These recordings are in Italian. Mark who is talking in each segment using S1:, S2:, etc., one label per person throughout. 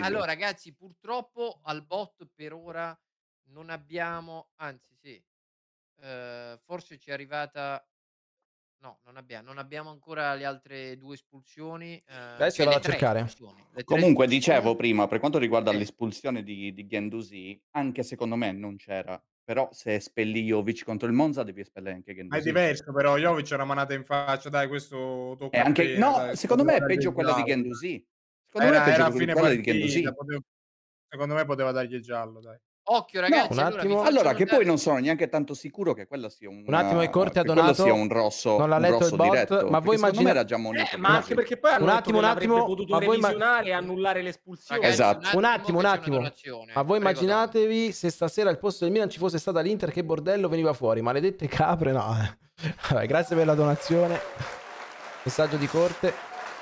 S1: Allora
S2: incredibile.
S1: ragazzi, purtroppo al bot per ora non abbiamo, anzi sì, forse ci è arrivata, no, non abbiamo ancora le altre 2 espulsioni,
S3: Adesso
S1: cioè
S3: vado
S1: le
S3: a
S1: 3
S3: cercare.
S1: espulsioni, le 3
S2: Comunque
S1: espulsioni.
S2: dicevo prima, per quanto riguarda
S1: Sì.
S2: l'espulsione di Guendouzi, anche secondo me non c'era, però se espelli Jovic contro il Monza devi espellere anche
S4: Ma è
S2: Guendouzi.
S4: diverso però, Jovic è una manata in faccia, dai questo
S2: E
S4: tocca a
S2: anche
S4: te,
S2: no,
S4: dai,
S2: secondo me
S4: poteva
S2: è
S4: dargli
S2: peggio
S4: il
S2: quello di
S4: giallo dai.
S2: Guendouzi. Secondo me è
S4: Era
S2: peggio
S4: a fine
S2: quello di
S4: partita,
S2: Guendouzi.
S4: secondo me poteva dargli il giallo, dai.
S1: Occhio
S2: No,
S3: Un
S1: ragazzi, allora vi
S3: attimo.
S1: faccio
S2: allora che poi
S1: notare,
S2: non sono neanche tanto sicuro
S3: Un attimo, il Corte ha
S2: che quello sia
S3: donato. Non l'ha
S2: un
S3: letto il
S2: rosso
S3: bot,
S2: diretto,
S3: ma voi
S2: perché secondo me
S3: immagina
S2: era già ammonito
S5: Ma anche
S2: Guendouzi.
S5: perché poi
S3: un
S5: hanno detto che l'avrebbe
S3: attimo,
S5: potuto
S3: ma voi
S5: revisionare e annullare l'espulsione.
S1: ragazzi
S2: Esatto.
S3: un
S1: che c'è una
S3: attimo. Ma
S1: donazione.
S3: voi
S1: Prego Tom.
S3: immaginatevi se stasera al posto del Milan ci fosse stata l'Inter, che bordello veniva fuori. Maledette capre, no. Vabbè, grazie per la donazione. Messaggio di Corte.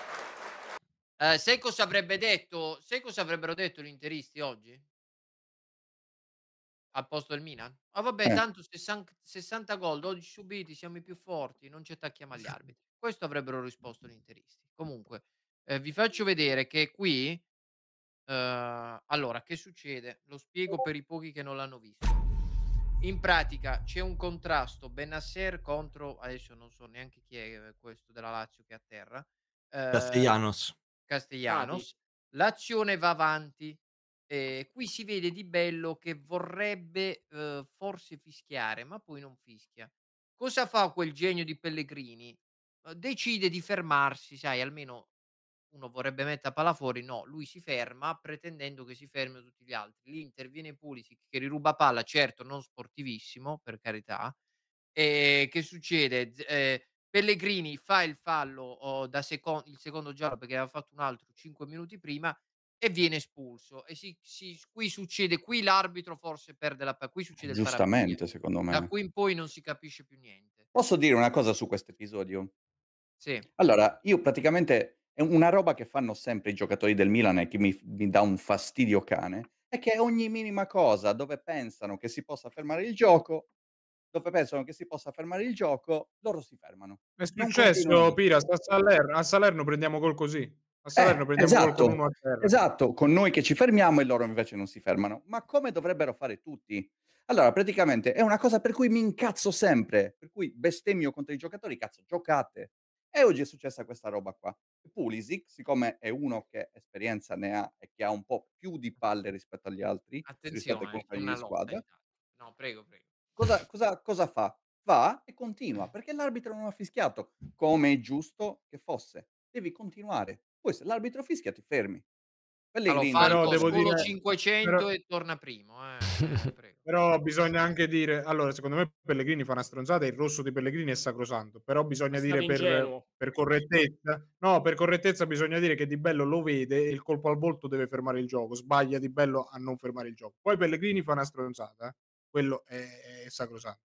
S1: Sai cosa avrebbero detto gli interisti oggi? Al posto del Milan? "Ah vabbè
S2: Eh,
S1: tanto 60 gol, 12 subiti, siamo i più forti, non ci attacchiamo agli arbitri." Questo avrebbero risposto gli interisti. Comunque, vi faccio vedere che qui, allora che succede? Lo spiego per i pochi che non l'hanno visto. In pratica c'è un contrasto Bennacer contro, adesso non so neanche chi è questo della Lazio che è a terra, ehm
S6: Castellanos.
S5: Frati.
S1: Castellanos, l'azione va avanti. Qui si vede Di Bello che vorrebbe, forse fischiare, ma poi non fischia. Cosa fa quel genio di Pellegrini? Decide di fermarsi, sai, almeno uno vorrebbe metta palla fuori, no, lui si ferma pretendendo che si fermino tutti gli altri. Lì interviene Pulisic che riruba palla, certo non sportivissimo, per carità. Che succede? Pellegrini fa il fallo, da il secondo giallo perché aveva fatto un altro 5 minuti prima e viene espulso e qui succede, qui l'arbitro forse perde qui succede il parabenissimo.
S2: giustamente secondo
S1: Da
S2: me.
S1: qui in poi non si capisce più niente.
S2: Posso dire una cosa su questo episodio?
S1: Sì,
S2: Allora, io praticamente è una roba che fanno sempre i giocatori del Milan e che mi dà un fastidio cane, è che ogni minima cosa dove pensano che si possa fermare il gioco, loro si fermano.
S4: È
S2: Non continuano
S4: successo
S2: più.
S4: Piras a Salerno prendiamo gol così. A Salerno prendiamo gol con
S2: Esatto,
S4: 1 a 0.
S2: esatto, con noi che ci fermiamo e loro invece non si fermano. Ma come dovrebbero fare tutti. Allora, praticamente è una cosa per cui mi incazzo sempre, per cui bestemmio contro i giocatori, cazzo giocate. E oggi è successa questa roba qua. Pulisic, siccome è uno che esperienza ne ha e che ha un po' più di palle rispetto agli altri, rispetto ai
S1: attenzione, c'è
S2: compagni
S1: una
S2: di
S1: lotta
S2: squadra,
S1: intanto. No, prego, prego.
S2: cosa fa? Va e continua, perché l'arbitro non ha fischiato, come è giusto che fosse. Devi continuare. Poi se l'arbitro fischia ti fermi.
S1: Allora
S2: Pellegrini
S4: Però
S1: Falco
S4: devo
S1: scolo
S4: dire
S1: 500
S4: però
S1: e torna primo, prego.
S4: però bisogna anche dire allora secondo me Pellegrini fa una stronzata e il rosso di Pellegrini è sacrosanto, però
S5: È
S4: bisogna
S5: stato
S4: dire
S5: ingenuo.
S4: per correttezza no, per correttezza bisogna dire che Di Bello lo vede e il colpo al volto deve fermare il gioco, sbaglia Di Bello a non fermare il gioco. Poi Pellegrini fa una stronzata, quello è sacrosanto.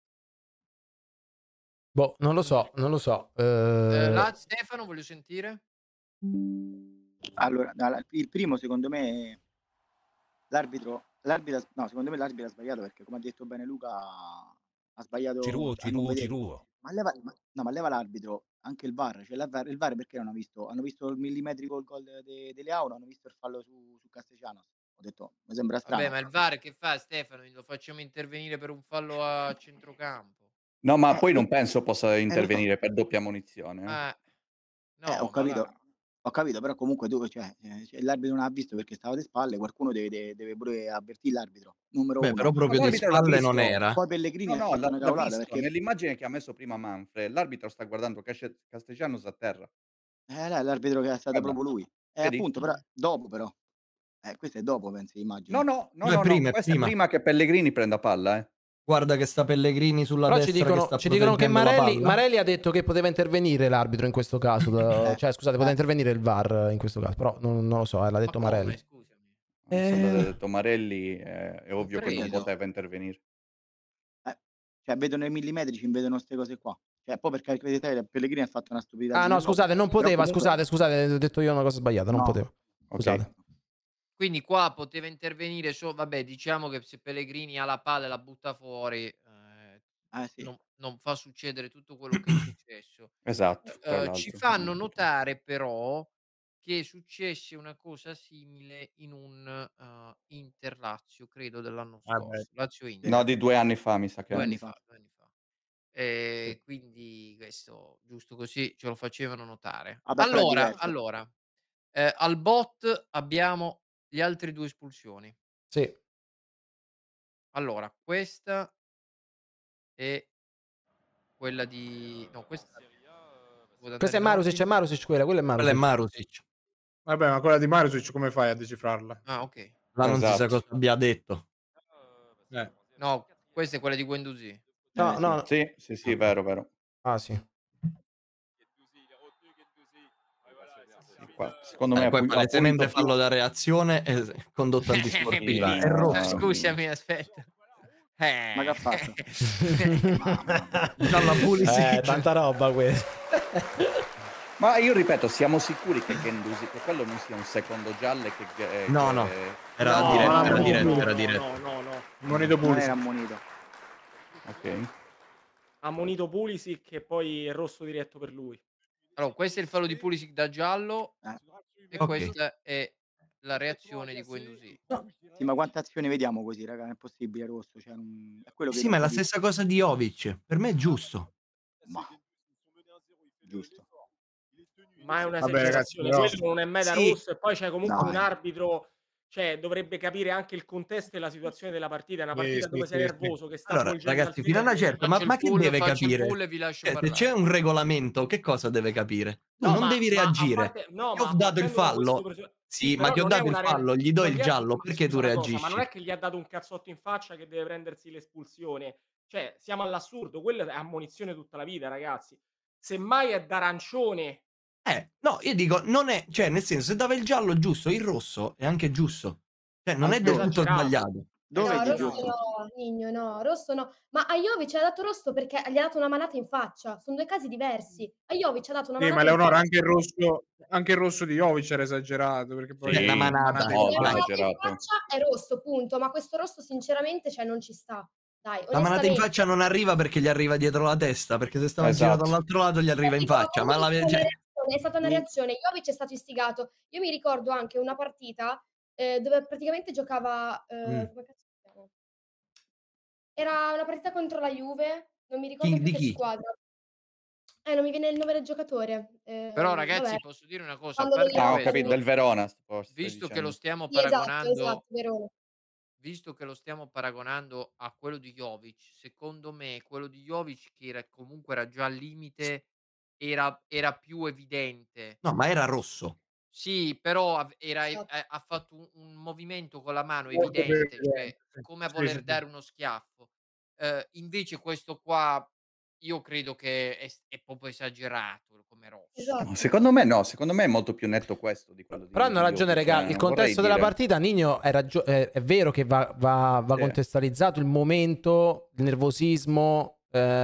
S3: Boh, non lo
S1: Quindi
S3: so, non lo so.
S1: Stefano voglio sentire.
S7: Allora, il primo secondo me l'arbitro no, secondo me l'arbitro ha sbagliato perché come ha detto bene Luca ha sbagliato a non vedere. Ma leva l'arbitro, anche il VAR, cioè il VAR perché non ha visto? Hanno visto il millimetrico il gol de Leao, non hanno visto il fallo su Castellanos. Ho detto: "Mi sembra
S1: Vabbè,
S7: strano".
S1: ma il VAR che fa Stefano? Lo facciamo intervenire per un fallo a centrocampo.
S2: no, ma poi non
S7: Que
S2: penso possa
S7: lo so.
S2: intervenire per doppia munizione, eh.
S1: Eh,
S7: Ho
S1: no, ma
S7: capito,
S1: va.
S7: però comunque tu cioè l'arbitro non ha visto perché stava alle spalle, qualcuno deve pure avvertì l'arbitro, numero
S6: Beh,
S7: 1.
S6: però
S2: Ma
S6: proprio di
S2: l'arbitro l'ha
S6: spalle non
S2: visto.
S6: era.
S7: Poi Pellegrini
S2: No,
S7: ha
S2: no,
S7: fatto una
S2: l'ha
S7: cavolata
S2: visto.
S7: perché
S2: Nell'immagine che ha messo prima Manfred, l'arbitro sta guardando Castellanos a terra.
S7: là è l'arbitro che è stato
S2: Guarda,
S7: proprio lui.
S2: vedi?
S7: Appunto, però dopo però. Questo è dopo penso
S2: No,
S7: immagino.
S2: no, no,
S6: No, è
S2: no, no,
S6: prima, è
S2: questo è
S6: prima.
S2: prima che Pellegrini prenda palla, eh.
S6: Guarda che sta Pellegrini sulla
S3: Però
S6: destra che sta
S3: ci dicono che
S6: proteggendo la palla.
S3: Marelli ha detto che poteva intervenire l'arbitro in questo caso.
S7: Eh,
S3: Cioè, scusate, poteva
S7: eh,
S3: intervenire il VAR in questo caso. Però non lo so, l'ha
S1: Ma
S3: detto
S1: come
S3: Marelli.
S1: scusami?
S2: Se l'ha
S3: Eh,
S2: detto Marelli, è
S1: Non
S2: ovvio che non
S1: credo.
S7: capito?
S2: poteva intervenire.
S7: Cioè vedono i millimetri, vedono 'ste cose qua. Cioè poi per carità Pellegrini ha fatto una
S3: Ah no,
S7: stupidaggine dopo,
S3: scusate, non
S7: però
S3: poteva,
S7: comunque
S3: scusate, ho detto io una cosa sbagliata, non
S7: no.
S3: poteva.
S2: Okay.
S3: Scusate.
S1: Quindi qua poteva intervenire vabbè, diciamo che se Pellegrini ha la palla e la butta fuori,
S7: Sì.
S1: non fa succedere tutto quello che è successo.
S2: Esatto, tra
S1: Ci
S2: l'altro.
S1: fanno notare però che successe una cosa simile in un, Inter-Lazio, credo dell'anno
S4: Vabbè.
S1: scorso, Lazio-Inter.
S2: No, di 2 anni fa mi sa che
S1: 2
S2: è.
S1: anni fa, 2 anni fa. Quindi questo giusto così ce lo facevano notare.
S7: Vabbè, però è diverso.
S1: Allora, al bot abbiamo gli altri 2 espulsioni.
S3: Sì.
S1: Allora, questa è quella di no, questa vuoi
S3: Questa
S1: andare
S3: è
S1: in
S3: Marusic, è
S1: ordine?
S3: Marusic quella è
S6: Quella è
S3: Marusic.
S6: Marusic.
S4: Vabbè, ma quella di Marusic come fai a decifrarla?
S1: Ah, okay.
S6: Là non si sa
S2: Esatto.
S6: cosa abbia detto.
S1: No, questa è quella di Guendouzi.
S3: No,
S7: sì.
S3: no.
S2: Sì, sì, sì, vero, vero.
S3: Ah, sì.
S2: Qua, secondo me
S6: Qua
S2: ha
S6: palesemente
S2: punito più.
S6: fallo da reazione e condotta antisportiva. È
S2: Pellegrino.
S6: rosso.
S1: Scusami, aspetta.
S7: Ma che ha fatto?
S6: Dalla Pulisic.
S3: Tanta roba questa.
S2: Ma io ripeto, siamo sicuri che Guendouzi, che quello non sia un secondo giallo e che
S6: No, no. Era
S1: No,
S6: diretto,
S1: no,
S6: era
S1: no,
S6: diretto,
S1: no,
S6: era diretto.
S5: No.
S4: Monito
S7: Non
S4: Pulisic.
S7: era ammonito.
S2: Ok.
S5: Ha ammonito Pulisic e poi è rosso diretto per lui.
S1: Allora, questo è il fallo di Pulisic da giallo e
S6: Ok.
S1: questa è la reazione di Guendouzi.
S7: Sì, ma quante azioni vediamo così, raga? Non è possibile rosso. Cioè, è quello che
S6: Sì,
S7: non
S6: ma è la
S7: capisco.
S6: stessa cosa di Jovic. Per me è giusto.
S7: Ma giusto.
S5: Ma è
S4: Vabbè,
S5: un'esagerazione,
S4: ragazzi, però-
S5: quello non è mai da
S6: Sì.
S5: rosso e poi c'è comunque
S7: Dai.
S5: un arbitro, cioè dovrebbe capire anche il contesto e la situazione della partita, è una partita
S4: Sì,
S5: dove
S4: sì,
S5: sei
S4: sì,
S5: nervoso, che sta
S6: Allora,
S5: svolgendo
S6: ragazzi, fino a una
S5: altrimenti-
S6: certa, ma che deve
S1: Faccio il
S6: capire?
S1: pull e vi lascio
S6: Se
S1: parlare.
S6: c'è un regolamento, che cosa deve capire? Tu non devi
S5: a
S6: reagire.
S5: parte, no,
S6: Ti ho
S5: ma
S6: dato il
S5: partendo da questo
S6: fallo. Sì, ma
S5: però
S6: ti ho
S5: non è
S6: dato il
S5: una
S6: fallo, gli do
S5: non
S6: il
S5: gli ha-
S6: giallo,
S5: ma
S6: perché tu
S5: scusa una cosa,
S6: reagisci?
S5: ma non è che gli ha dato un cazzotto in faccia che deve prendersi l'espulsione, cioè siamo all'assurdo, quella è ammonizione tutta la vita, ragazzi. Semmai è d'arancione.
S6: No, io dico, non è, cioè, nel senso, se dava il giallo giusto, il rosso è anche giusto. Cioè, non è del tutto
S5: Esagerato.
S6: sbagliato.
S7: Dove
S8: No,
S7: è di
S8: rosso
S7: giusto?
S8: no, Nigno, no, rosso no. Ma a Jovic ha dato rosso perché gli ha dato una manata in faccia. Sono 2 casi diversi. A Jovic ha dato una
S4: Sì,
S8: manata
S4: ma
S8: in
S4: Leonora,
S8: faccia.
S4: anche il rosso di Jovic era esagerato, perché poi
S6: Sì, una manata.
S4: manate in
S2: Molto
S8: Una
S4: faccia.
S8: manata in
S2: esagerato.
S8: faccia è rosso, punto. Ma questo rosso sinceramente, cioè, non ci sta. Dai,
S6: La manata in
S8: onestamente.
S6: faccia non arriva perché gli arriva dietro la testa, perché se stava
S2: Esatto.
S6: girato dall'altro lato gli arriva in
S8: Dico, ma
S6: faccia. Ma
S8: comunque
S6: la, cioè,
S8: è stata una reazione. Jovic è stato istigato. Io mi ricordo anche una partita dove praticamente giocava come cazzo si chiama? Era una partita contro la Juve, non mi ricordo più
S6: di
S8: che
S6: chi?
S8: squadra. Non mi viene il nome del giocatore.
S1: Però
S8: Vabbè,
S1: ragazzi, posso dire una cosa, a
S8: quando
S1: parte
S2: Ah, ho
S8: vogliamo
S2: capito,
S1: questo,
S2: del Verona forse stai
S1: visto che lo
S2: dicendo.
S1: stiamo
S8: Sì, esatto,
S1: paragonando
S8: Verona.
S1: visto che lo stiamo paragonando a quello di Jovic, secondo me quello di Jovic, che era già al limite, era più evidente.
S6: No, ma era rosso.
S1: Sì, però
S8: Esatto.
S1: ha fatto un movimento con la mano
S4: Molto più
S1: evidente, cioè
S4: evidente, sì.
S1: come a
S4: Sì,
S1: voler
S4: sì, sì.
S1: dare uno schiaffo. Invece questo qua io credo che è proprio esagerato come rosso.
S8: Esatto.
S2: Secondo me no, secondo me è molto più netto questo di quello di
S3: Però hanno
S2: di
S3: ragione,
S2: Jovic,
S3: regà. Il
S2: vorrei
S3: contesto della
S2: dire.
S3: partita, Nigno, è vero che va
S2: Sì.
S3: contestualizzato il momento, il nervosismo,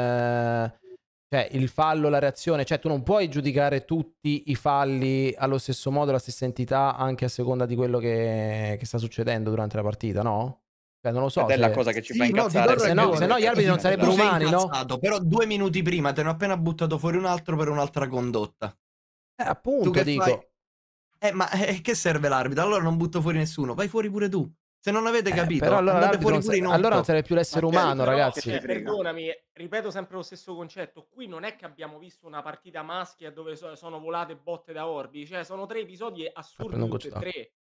S3: cioè il fallo, la reazione. Cioè tu non puoi giudicare tutti i falli allo stesso modo, alla stessa entità, anche a seconda di quello che sta succedendo durante la partita, no? Cioè non lo so.
S2: Ed è la cosa che ci fa
S6: Sì, no, ti
S2: incazzare.
S6: do
S3: se
S6: ragione.
S3: no gli arbitri non
S6: Tu
S3: sarebbero
S6: sei
S3: umani, no?
S6: incazzato, però 2 minuti prima te ne ho appena buttato fuori un altro per un'altra condotta. Tu
S3: Appunto,
S6: che
S3: dico.
S6: fai? Ma che serve l'arbitro? Allora non butto fuori nessuno, vai fuori pure tu. Se non avete capito,
S3: Però allora
S6: andate
S3: l'arbitro
S6: fuori pure in
S3: allora non
S6: 8.
S3: sarebbe più l'essere
S7: Ma che-
S3: umano,
S5: Però,
S3: ragazzi.
S7: Che frega.
S5: perdonami, ripeto sempre lo stesso concetto. Qui non è che abbiamo visto una partita maschia dove sono volate botte da orbi, cioè sono 3 episodi assurdi
S3: prendo un
S5: tutti e
S3: goccio
S5: 3.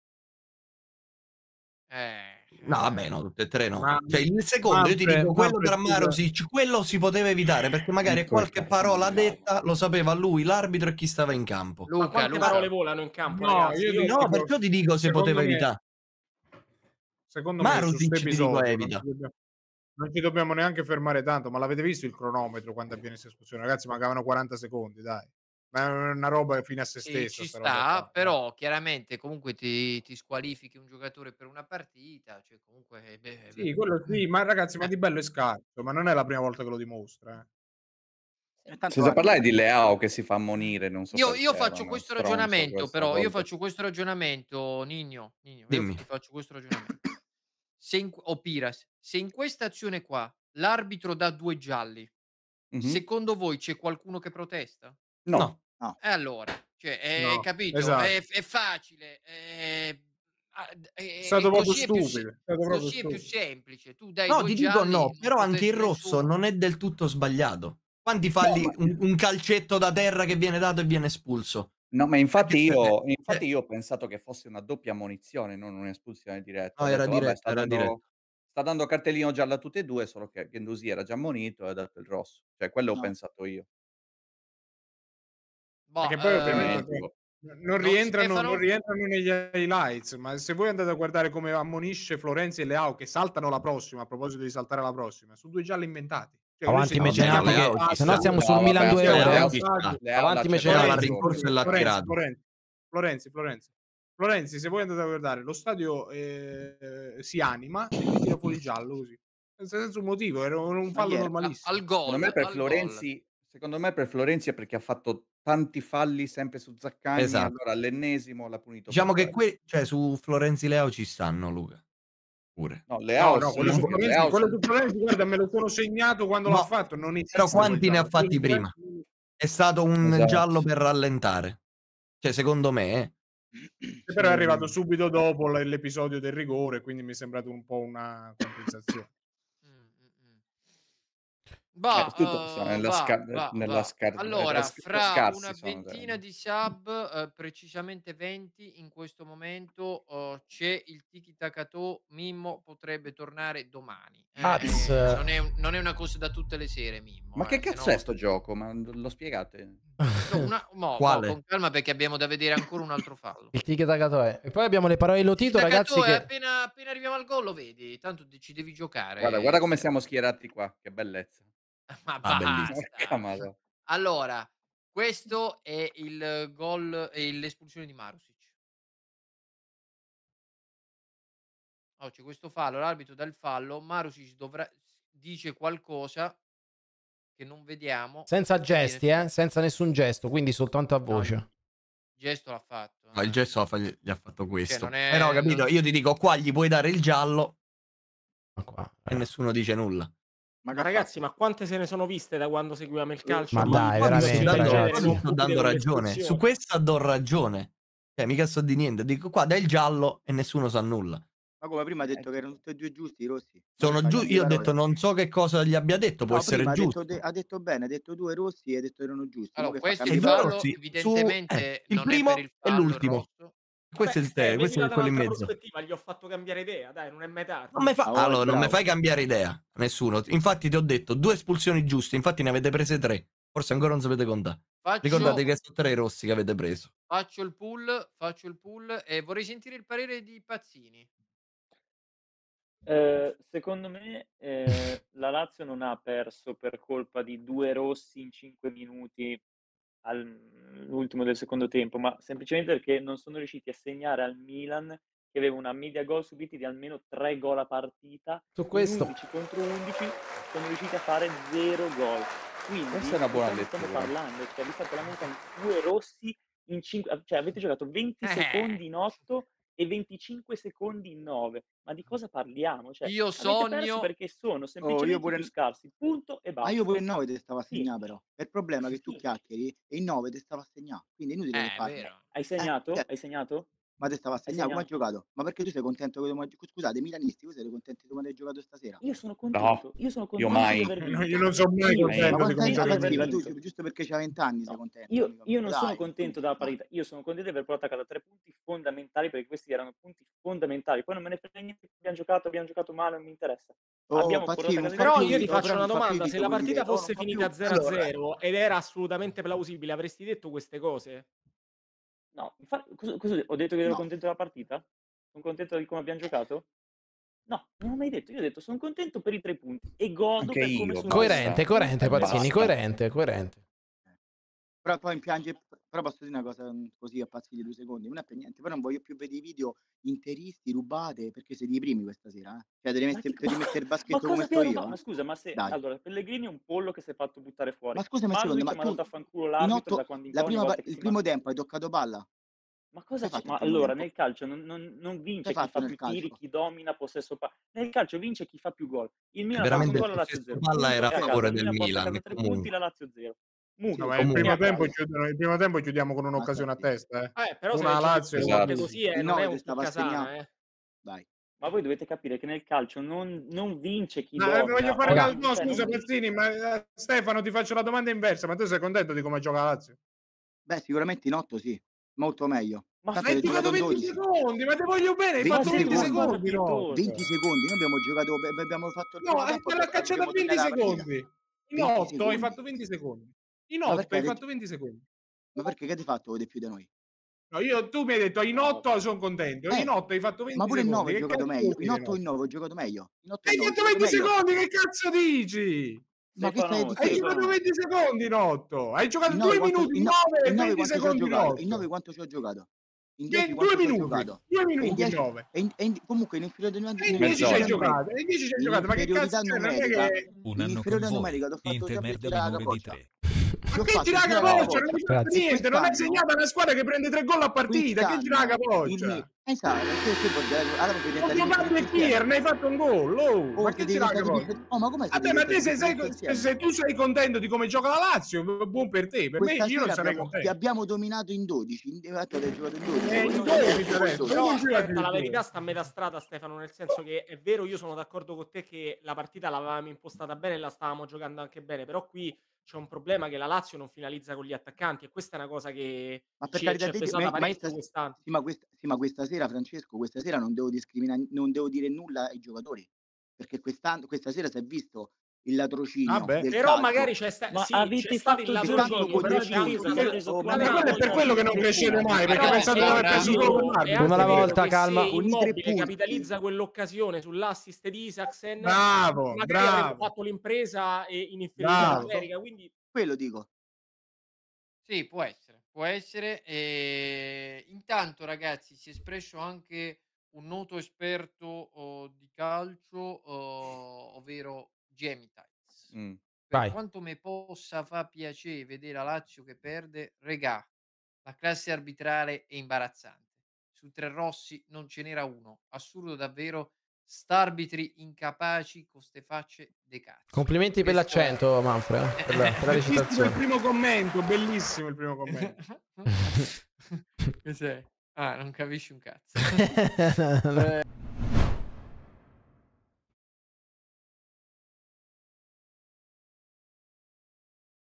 S6: No, vabbè, no, tutte e tre no.
S4: Ma-
S6: Cioè, il secondo, io ti dico, quello
S4: Manfred,
S6: tra
S4: scusa.
S6: Marusic, quello si poteva evitare, perché magari
S2: Ecco
S6: qualche
S2: il
S6: parola
S2: cazzo di
S6: detta lo sapeva lui, l'arbitro e chi stava in campo.
S5: Ma
S1: Luca,
S5: quante parole volano in campo,
S4: No,
S5: ragazzi?
S4: io
S5: Io
S4: dico-
S6: No, perciò ti dico se
S4: secondo
S6: poteva
S4: me-
S6: evitare.
S4: Secondo me su
S6: Marusic,
S4: questo
S6: ti dico,
S4: episodio
S6: evita.
S4: non ci dobbiamo neanche fermare tanto, ma l'avete visto il cronometro quando avviene questa espulsione? Ragazzi, mancavano 40 secondi, dai. Ma è una roba fine a se
S1: sì,
S4: stessa.
S1: ci
S4: sta roba
S1: sta,
S4: qua.
S1: però chiaramente comunque ti squalifichi un giocatore per una partita, cioè comunque
S4: Sì, quello sì, ma ragazzi, ma Di Bello è scarso, ma non è la prima volta che lo dimostra.
S7: E tanto
S2: Senza
S7: anche
S2: parlare di
S7: perché-
S2: Leao che si fa ammonire, non so
S1: io
S2: perché,
S1: faccio
S2: uno
S1: questo
S2: stronzo
S1: ragionamento
S2: questa
S1: però, io
S2: volta.
S1: faccio questo ragionamento, Nigno, io
S6: Dimmi.
S1: ti faccio questo ragionamento. O Piras, se in questa azione qua l'arbitro dà 2 gialli,
S2: Mhm.
S1: secondo voi c'è qualcuno che protesta?
S2: No.
S6: No.
S7: No.
S1: E allora, Cioè,
S4: No,
S1: capito?
S4: esatto.
S1: È facile,
S4: È stato proprio
S1: così è più
S4: stupido, è stato proprio
S1: così è più
S4: stupido.
S1: semplice. Tu dai
S6: No,
S1: 2
S6: ti dico
S1: gialli,
S6: no,
S1: non
S6: però anche il
S1: potesse
S6: rosso
S1: nessuno.
S6: non è del tutto sbagliato. Quanti
S2: No,
S6: falli
S2: ma
S6: un calcetto da terra che viene dato e viene espulso?
S2: no, ma
S6: Anche per me.
S2: infatti io ho pensato che fosse una doppia ammonizione, non un'espulsione diretta.
S6: No,
S2: Ho
S6: era
S2: detto: "Vabbè,
S6: diretto, era diretto.
S2: sta dando cartellino giallo a tutte e 2, solo che Guendouzi era già ammonito e ha dato il rosso." Cioè, quello ho
S7: No.
S2: pensato io.
S1: Boh,
S4: Perché poi ovviamente
S2: Dimentico.
S4: non
S1: no,
S4: rientrano
S1: Stefano?
S4: negli highlights, ma se voi andate a guardare come ammonisce Florenzi e Leao che saltano la prossima, a proposito di saltare la prossima, su 2 gialli inventati. Cioè lui si
S3: Avanti
S6: No, vabbè,
S4: richiama
S3: mecenati
S6: Leao
S3: che
S6: ci
S3: se no
S6: sta.
S3: stiamo
S2: No,
S3: sul Milan
S2: vabbè,
S3: 2
S2: aspetta,
S3: ore.
S6: Leao ci sta.
S2: Leao l'ha
S3: Avanti mecenati.
S6: Leao al
S2: accettato
S6: rincorso e
S2: subito.
S6: l'ha tirato.
S4: Florenzi, se voi andate a guardare lo stadio si anima e gli tira fuori il giallo così. Senza un motivo, era un
S7: Ma chi
S4: fallo
S7: era?
S4: normalissimo.
S1: Al gol, al gol.
S2: Secondo me per Florenzi è perché ha fatto tanti falli sempre su Zaccagni,
S6: Esatto.
S2: allora all'ennesimo l'ha punito per
S6: Diciamo che
S2: quello.
S6: cioè su Florenzi Leao ci stanno, Luca. Pure.
S2: No,
S4: No,
S2: Leao
S4: no,
S2: sì, Leao
S4: quello
S2: sì.
S4: su Florenzi, guarda, me lo sono segnato quando l'ha
S6: No,
S4: fatto, non
S6: però
S4: esiste quel
S6: quanti ne ha
S4: giallo. Quello
S6: fatti
S4: su
S6: prima?
S4: Florenzi
S6: È stato un
S2: Esatto.
S6: giallo per rallentare. Cioè, secondo me,
S4: che però è arrivato subito dopo l'episodio del rigore, quindi mi è sembrato un po' una compensazione.
S1: Va,
S2: Tutto sta nella
S1: va. Allora, fra
S2: scarsi
S1: una
S2: sono
S1: ventina di sub, precisamente 20 in questo momento, c'è il Tiki Taka-Toe. Mimmo potrebbe tornare domani.
S3: Az.
S1: Non è una cosa da tutte le sere, Mimmo,
S2: Ma che
S1: se
S2: cazzo è
S1: no
S2: sto gioco? Ma lo spiegate?
S1: no, mo
S6: quale?
S1: con calma perché abbiamo da vedere ancora un altro fallo.
S3: Il Tiki Taka-Toe. E poi abbiamo le parole di Lotito,
S1: Tiki
S3: ragazzi,
S1: Taka-Toe,
S3: che
S1: appena arriviamo al gol lo vedi, tanto ci devi
S2: Guarda,
S1: giocare,
S2: guarda come
S1: cioè
S2: siamo schierati qua, che bellezza.
S1: ma
S6: Ah, bellissimo.
S2: Porca
S1: basta.
S2: mado
S1: Allora, questo è il gol e l'espulsione di Marusic. Oh, c'è questo fallo, l'arbitro dà il fallo, Marusic dice qualcosa che non vediamo
S3: senza
S1: e viene
S3: gesti, senza nessun gesto, quindi soltanto a
S1: no, il
S3: voce.
S1: gesto l'ha fatto,
S6: No, il gesto gli ha fatto
S1: Cioè
S6: questo.
S1: non
S6: Però,
S1: è
S6: capito, io ti dico, qua gli puoi dare il giallo
S3: Ma qua,
S6: e nessuno dice nulla.
S5: Ma ragazzi, ma quante se ne sono viste da quando seguiamo il calcio?
S3: Ma
S5: di
S3: dai,
S6: Qua vi sto
S3: veramente,
S6: dando,
S3: ragazzi.
S6: qua vi sto dando ragione. Su questa do ragione. Cioè, mica sto di niente. Dico, qua dai il giallo e nessuno sa nulla.
S7: Ma come prima ha detto che erano tutti e 2 giusti i rossi?
S6: Sono io ho detto, non so che cosa gli abbia detto, può
S7: No,
S6: essere
S7: prima
S6: giusto.
S7: ha detto bene, ha detto 2 rossi e ha detto erano giusti. Mo
S1: Allora,
S7: che fa?
S1: questo
S7: Cambia
S1: il
S6: due
S7: idea?
S1: fallo
S6: rossi
S1: evidentemente
S6: il
S1: non è per
S6: primo
S1: il
S6: e
S1: fallo il
S6: l'ultimo.
S1: rosso.
S6: Questo è il te, questo
S5: vedila
S6: è
S5: da
S6: quello in
S5: un'altra
S6: mezzo.
S5: prospettiva, gli ho fatto cambiare idea, dai, non è mai tardi.
S6: Non mi fa...
S7: Ah,
S6: Allora, non mi
S7: bravo.
S6: fai cambiare idea a nessuno. Infatti ti ho detto 2 espulsioni giuste, infatti ne avete prese 3. Forse ancora non sapete contare. Ricordate che sono 3 rossi che avete preso.
S1: Faccio il pull e vorrei sentire il parere di Pazzini.
S9: Secondo me la Lazio non ha perso per colpa di 2 rossi in 5 minuti all'ultimo del secondo tempo, ma semplicemente perché non sono riusciti a segnare al Milan, che aveva una media gol subiti di almeno 3 gol a partita.
S3: Su
S9: In
S3: questo
S9: 11 contro 11 sono riusciti a fare 0 gol. Quindi
S2: Questa è una buona
S9: di cosa stiamo
S2: lettura.
S9: parlando? Cioè, vi state lamentando 2 rossi in 5, cioè avete giocato 20 secondi in 8 e 25 secondi in 9. Ma di cosa parliamo? Cioè,
S1: Io
S9: avete perso
S1: sogno
S9: perché sono
S7: io
S9: semplicemente
S7: pure
S9: più scarsi, punto e
S7: ma io
S9: basta.
S7: pure il 9 te stavo a
S9: Sì.
S7: segnà però. Il problema è che tu chiacchieri e il 9 te stava a segnà, quindi è inutile che
S1: è
S7: parli.
S1: vero.
S9: Hai segnato?
S7: Cioè,
S9: Hai segnato?
S7: ma te stava a
S9: Hai
S7: segnà, come ha
S9: segnato?
S7: giocato? Ma perché tu sei contento che scusate, milanisti, voi siete contenti di come hai giocato stasera?
S9: Io sono
S2: No,
S9: contento, io sono
S2: io
S9: contento
S2: mai.
S9: di aver vinto.
S4: Io non sono mai
S9: Io
S7: Ma
S9: sono
S4: contento di
S7: quanti anni
S4: come
S7: fa
S9: contento di
S4: gioca
S9: aver
S7: tu
S9: vinto.
S7: giusto perché c'hai 20 anni sei
S9: No,
S7: contento,
S9: io
S7: amico
S9: non
S7: mio,
S9: sono
S7: dai,
S9: contento
S7: su,
S9: della
S7: dai.
S9: parità, io sono contento di aver portato a casa 3 punti fondamentali, perché questi erano punti fondamentali. Poi non me ne frega niente, abbiamo giocato male, non mi interessa. Abbiamo portato a
S7: non
S9: casa
S7: fa
S9: i 3
S5: Però
S7: più
S5: io
S9: punti.
S5: ti
S7: rito,
S5: faccio
S7: però
S5: una
S7: non fa più
S5: domanda, se
S7: rito
S5: la
S7: quelli
S5: partita
S7: dire, non
S5: fosse
S7: fa più.
S5: finita
S7: Allora,
S5: 0-0 ed era assolutamente plausibile, avresti detto queste cose?
S9: No, cosa ho detto che ero
S7: no.
S9: contento della partita? Sono contento di come abbiamo giocato? No, non ho mai detto. Io ho detto sono contento per i 3 punti e godo
S2: Anche
S9: per come
S2: io,
S9: sono
S2: basta.
S9: venuti.
S3: coerente,
S9: Punto e
S3: Pazzini,
S9: basta.
S3: coerente.
S7: Però poi però posso dire una cosa così a passi di 2 secondi, non è per niente, però non voglio più vedere i video interisti, rubate, perché siete i primi questa sera, eh. Cioè devi
S9: Ma,
S7: mettere il
S9: ma
S7: baschetto come
S9: cosa
S7: sto
S9: abbiamo
S7: io,
S9: rubato? Ma scusa, ma se
S7: Dai.
S9: allora Pellegrini è un pollo che si è fatto buttare fuori.
S7: Ma scusami un secondo,
S9: Manovic
S7: ma
S9: ha
S7: tu
S9: mandato a fanculo
S7: in
S9: l'arbitro
S7: 8
S9: da quando in
S7: la
S9: qua ogni
S7: prima
S9: volta che
S7: il
S9: si
S7: primo tempo hai toccato palla?
S9: Ma
S7: Cosa
S9: cosa
S7: hai
S9: c'è?
S7: fatto il
S9: Ma
S7: primo
S9: allora
S7: tempo?
S9: nel calcio non
S7: Cosa hai
S9: vince chi
S7: fatto
S9: fa
S7: nel
S9: più tiri,
S7: calcio?
S9: chi domina possesso nel calcio vince chi fa più gol. Il
S6: E
S9: Milan ha fatto un
S6: veramente il
S9: gol, la Lazio
S6: possesso
S9: 0.
S6: palla
S9: Punto
S6: era a
S9: e a casa.
S6: favore
S9: Il
S6: del
S9: Milan porta a
S6: Milan,
S9: casa 3 punti,
S6: comunque.
S9: la Lazio 0.
S4: No, ma il primo tempo chiudiamo con un'occasione a testa,
S5: però se
S4: una Lazio
S5: esatto. Così non è un po' casana,
S7: Vai.
S9: Ma voi dovete capire che nel calcio non vince chi
S4: voglio fare
S9: lotta.
S4: no, scusa Pazzini, ma Stefano ti faccio la domanda inversa, ma tu sei contento di come gioca la Lazio?
S7: Beh, sicuramente in 8 sì, molto meglio.
S4: Ma hai giocato 20 secondi, ma te voglio bene, hai fatto 20 secondi, no?
S7: 20 secondi, noi abbiamo giocato, abbiamo fatto il
S4: no, te l'ha cacciato a 20 secondi. In 8 hai fatto 20 secondi. In 8 hai fatto 20 secondi.
S7: Ma perché che hai fatto di più da noi?
S4: No, tu mi hai detto in 8 sono contento, in 8 hai fatto 20 secondi.
S7: Ma pure in 9 ho giocato meglio, in 8 o in 9 ho giocato meglio.
S4: Hai fatto 20 secondi, che cazzo dici?
S7: Ma che stai
S4: Hai giocato 20 secondi in 8, hai giocato 2 minuti in 9 e 20 secondi in 8.
S7: In 9 quanto ci ho giocato? In
S4: 10 2 minuti, 2 minuti in 9.
S7: Comunque in inferiorità
S4: in 10 ci hai giocato, in 10 ci hai giocato, ma che cazzo c'è? Non è che
S10: un anno con voi, intermerda minore di 3.
S4: Ma che gira la capoccia? Non hai fatto niente, non hai segnato una squadra che prende 3 gol a partita, che gira la capoccia?
S7: Esatto,
S4: ho giocato e Kier, ne hai fatto un gol, ma che gira la capoccia?
S7: Ma come
S4: vabbè, ma te se tu sei contento di come gioca la Lazio, buon per te, per me io non sarei contento.
S7: Ti abbiamo dominato in 12, hai giocato in
S4: 12.
S5: La verità sta a metà strada, Stefano, nel senso che è vero, io sono d'accordo con te che la partita l'avevamo impostata bene e la stavamo giocando anche bene, però qui c'è un problema che la Lazio non finalizza con gli attaccanti e questa è una cosa che ci è pesata parecchio quest'anno.
S7: Ma questa sera, Francesco, questa sera non devo discriminare, non devo dire nulla ai giocatori, perché questa sera si è visto il latrocinio del
S5: però
S7: calcio.
S5: Magari c'è stato il latrocinio,
S4: ma è per quello che non crescete mai, perché pensate di aver preso solo
S3: una alla volta, calma.
S5: Immobile capitalizza quell'occasione sull'assist di Isaacsen,
S4: bravo,
S5: avrebbe fatto l'impresa in inferiorità numerica, quindi
S7: quello dico.
S1: Sì, può essere. Intanto, ragazzi, si è espresso anche un noto esperto di calcio, ovvero Jamie Tights. Per quanto mi possa fa piacere vedere la Lazio che perde, regà, la classe arbitrale è imbarazzante. Su 3 rossi non ce n'era uno. Assurdo davvero. St'arbitri incapaci con ste facce de cazzo.
S3: Complimenti per l'accento, Manfred, per la recitazione.
S4: Il primo commento, bellissimo il primo commento.
S1: Cos'è? Ah, non capisci un cazzo.